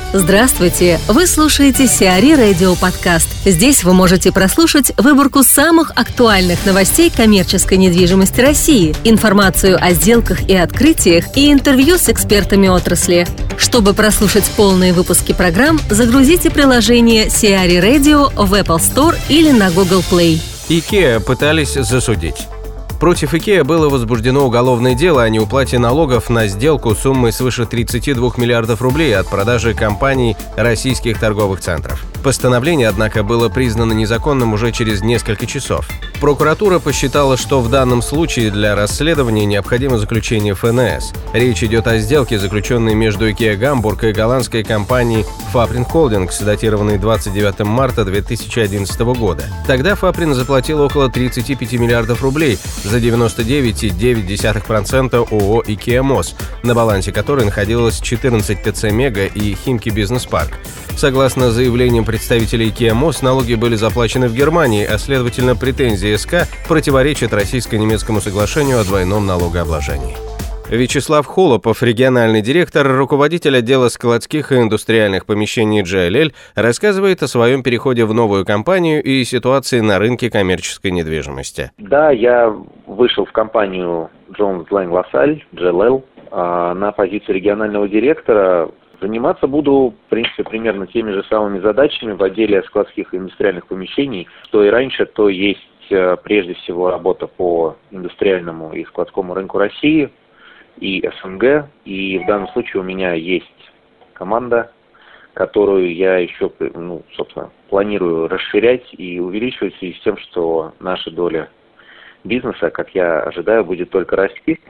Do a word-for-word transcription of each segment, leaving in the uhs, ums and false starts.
Здравствуйте! Вы слушаете Сиари Радио Подкаст. Здесь вы можете прослушать выборку самых актуальных новостей коммерческой недвижимости России, информацию о сделках и открытиях и интервью с экспертами отрасли. Чтобы прослушать полные выпуски программ, загрузите приложение Сиари Radio в Apple Store или на Google Play. IKEA пытались засудить. Против IKEA было возбуждено уголовное дело о неуплате налогов на сделку суммой свыше тридцати двух миллиардов рублей от продажи компаний российских торговых центров. Постановление, однако, было признано незаконным уже через несколько часов. Прокуратура посчитала, что в данном случае для расследования необходимо заключение эф эн эс. Речь идет о сделке, заключенной между IKEA Гамбург и голландской компанией Faprin Holdings, датированной двадцать девятого марта две тысячи одиннадцатого года. Тогда Faprin заплатил около тридцати пяти миллиардов рублей за девяносто девять целых девять десятых процента ООО IKEA МОЗ, на балансе которой находилось четырнадцать ТЦ Мега и Химки Бизнес Парк. Согласно заявлениям представителей IKEA МОЗ, налоги были заплачены в Германии, а следовательно претензии СК противоречат российско-немецкому соглашению о двойном налогообложении. Вячеслав Холопов, региональный директор, руководитель отдела складских и индустриальных помещений джей эл эль, рассказывает о своем переходе в новую компанию и ситуации на рынке коммерческой недвижимости. Да, я вышел в компанию Jones Lang LaSalle, джей эл эл, на позицию регионального директора. Заниматься буду, в принципе, примерно теми же самыми задачами в отделе складских и индустриальных помещений, что и раньше, то есть прежде всего работа по индустриальному и складскому рынку России и эс эн гэ, и в данном случае у меня есть команда, которую я еще, ну, собственно, планирую расширять и увеличивать в связи с тем, что наша доля бизнеса, как я ожидаю, будет только расти.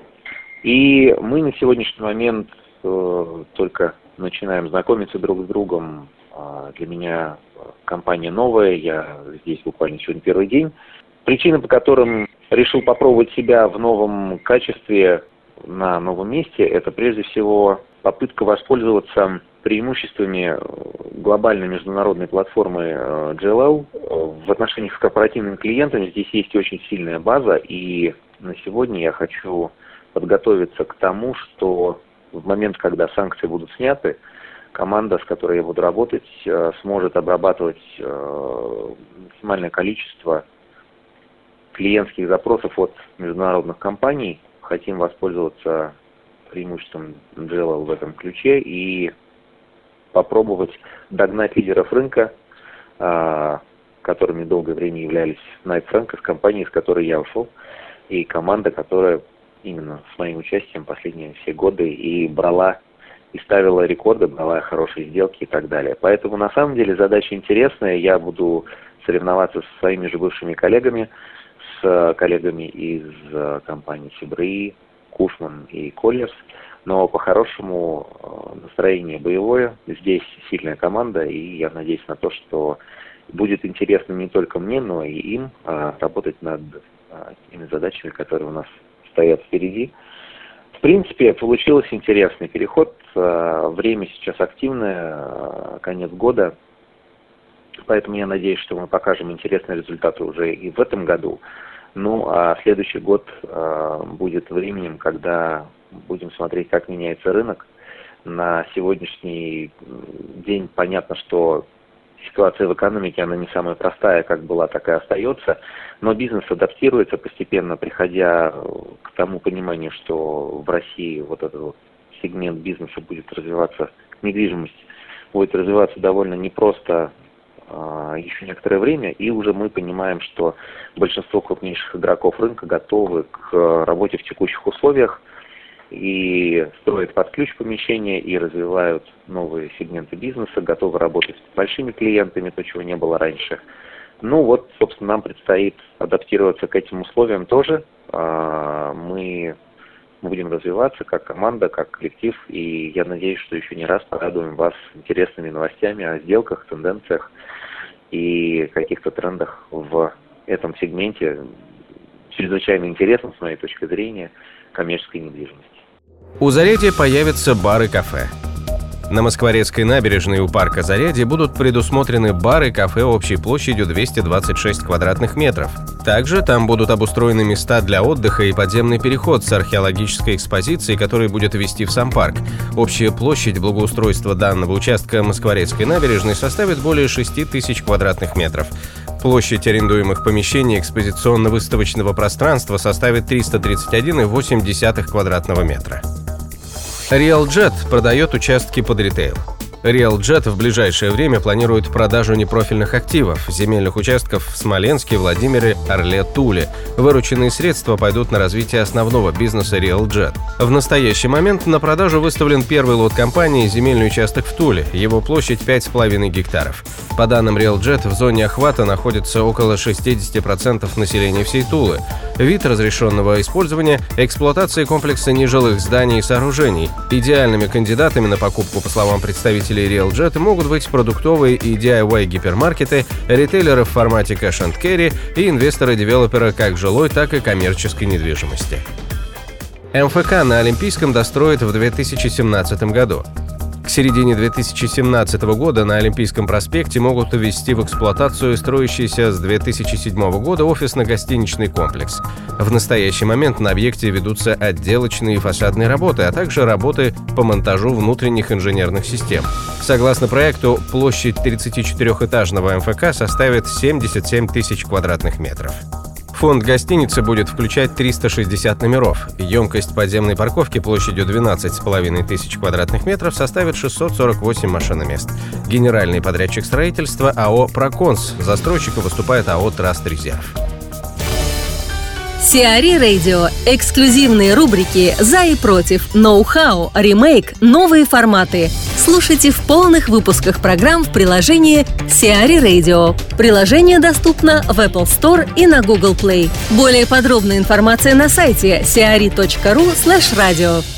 И мы на сегодняшний момент э, только начинаем знакомиться друг с другом. Для меня компания новая, я здесь буквально сегодня первый день. Причины, по которым решил попробовать себя в новом качестве, на новом месте, это прежде всего попытка воспользоваться преимуществами глобальной международной платформы джей эл эл в отношениях с корпоративными клиентами. Здесь есть очень сильная база, и на сегодня я хочу подготовиться к тому, что в момент, когда санкции будут сняты, команда, с которой я буду работать, сможет обрабатывать максимальное количество клиентских запросов от международных компаний. Хотим воспользоваться преимуществом джей эл эл в этом ключе и попробовать догнать лидеров рынка, которыми долгое время являлись Knight Frank, с компанией, с которой я ушел, и команда, которая именно с моим участием последние все годы и брала, и ставила рекорды, брала хорошие сделки и так далее. Поэтому на самом деле задача интересная. Я буду соревноваться со своими же бывшими коллегами, с коллегами из компаний Сибри, Кушман и Коллерс. Но по-хорошему настроение боевое. Здесь сильная команда, и я надеюсь на то, что будет интересно не только мне, но и им работать над теми задачами, которые у нас стоят впереди. В принципе, получился интересный переход. Время сейчас активное, конец года. Поэтому я надеюсь, что мы покажем интересные результаты уже и в этом году. Ну, а следующий год будет временем, когда будем смотреть, как меняется рынок. На сегодняшний день понятно, что ситуация в экономике, она не самая простая, как была, так и остается, но бизнес адаптируется постепенно, приходя к тому пониманию, что в России вот этот вот сегмент бизнеса будет развиваться, недвижимость будет развиваться довольно непросто а, еще некоторое время, и уже мы понимаем, что большинство крупнейших игроков рынка готовы к работе в текущих условиях, и строят под ключ помещения и развивают новые сегменты бизнеса, готовы работать с большими клиентами, то, чего не было раньше. Ну вот, собственно, нам предстоит адаптироваться к этим условиям тоже. Мы будем развиваться как команда, как коллектив, и я надеюсь, что еще не раз порадуем вас интересными новостями о сделках, тенденциях и каких-то трендах в этом сегменте, чрезвычайно интересном, с моей точки зрения, коммерческой недвижимости. У Зарядья появятся бар и кафе. На Москворецкой набережной у парка Зарядье будут предусмотрены бар и кафе общей площадью двести двадцать шесть квадратных метров. Также там будут обустроены места для отдыха и подземный переход с археологической экспозицией, который будет вести в сам парк. Общая площадь благоустройства данного участка Москворецкой набережной составит более шести тысяч квадратных метров. Площадь арендуемых помещений экспозиционно-выставочного пространства составит триста тридцать один целых восемь десятых квадратного метра. RealJet продает участки под ритейл. RealJet в ближайшее время планирует продажу непрофильных активов, земельных участков в Смоленске, Владимире, Орле, Туле. Вырученные средства пойдут на развитие основного бизнеса RealJet. В настоящий момент на продажу выставлен первый лот компании «Земельный участок в Туле». Его площадь пять с половиной гектаров. По данным RealJet, в зоне охвата находится около шестьдесят процентов населения всей Тулы. Вид разрешенного использования – эксплуатация комплекса нежилых зданий и сооружений. Идеальными кандидатами на покупку, по словам представителей RealJet, могут быть продуктовые и ди ай вай-гипермаркеты, ритейлеры в формате cash and carry и инвесторы-девелопера как жилой, так и коммерческой недвижимости. эм эф ка на Олимпийском достроят в две тысячи семнадцатом году. К середине две тысячи семнадцатого года на Олимпийском проспекте могут ввести в эксплуатацию строящийся с две тысячи седьмого года офисно-гостиничный комплекс. В настоящий момент на объекте ведутся отделочные и фасадные работы, а также работы по монтажу внутренних инженерных систем. Согласно проекту, площадь тридцатичетырёхэтажного эм эф ка составит семьдесят семь тысяч квадратных метров. Фонд гостиницы будет включать триста шестьдесят номеров. Емкость подземной парковки площадью двенадцать с половиной тысяч квадратных метров составит шестьсот сорок восемь машиномест. Генеральный подрядчик строительства АО «Проконс». Застройщиком выступает АО «Траст Резерв». Сиари Radio. Эксклюзивные рубрики «За и против», «Ноу-хау», «Ремейк», «Новые форматы». Слушайте в полных выпусках программ в приложении Сиари Radio. Приложение доступно в Apple Store и на Google Play. Более подробная информация на сайте сиари точка ру слэш радио.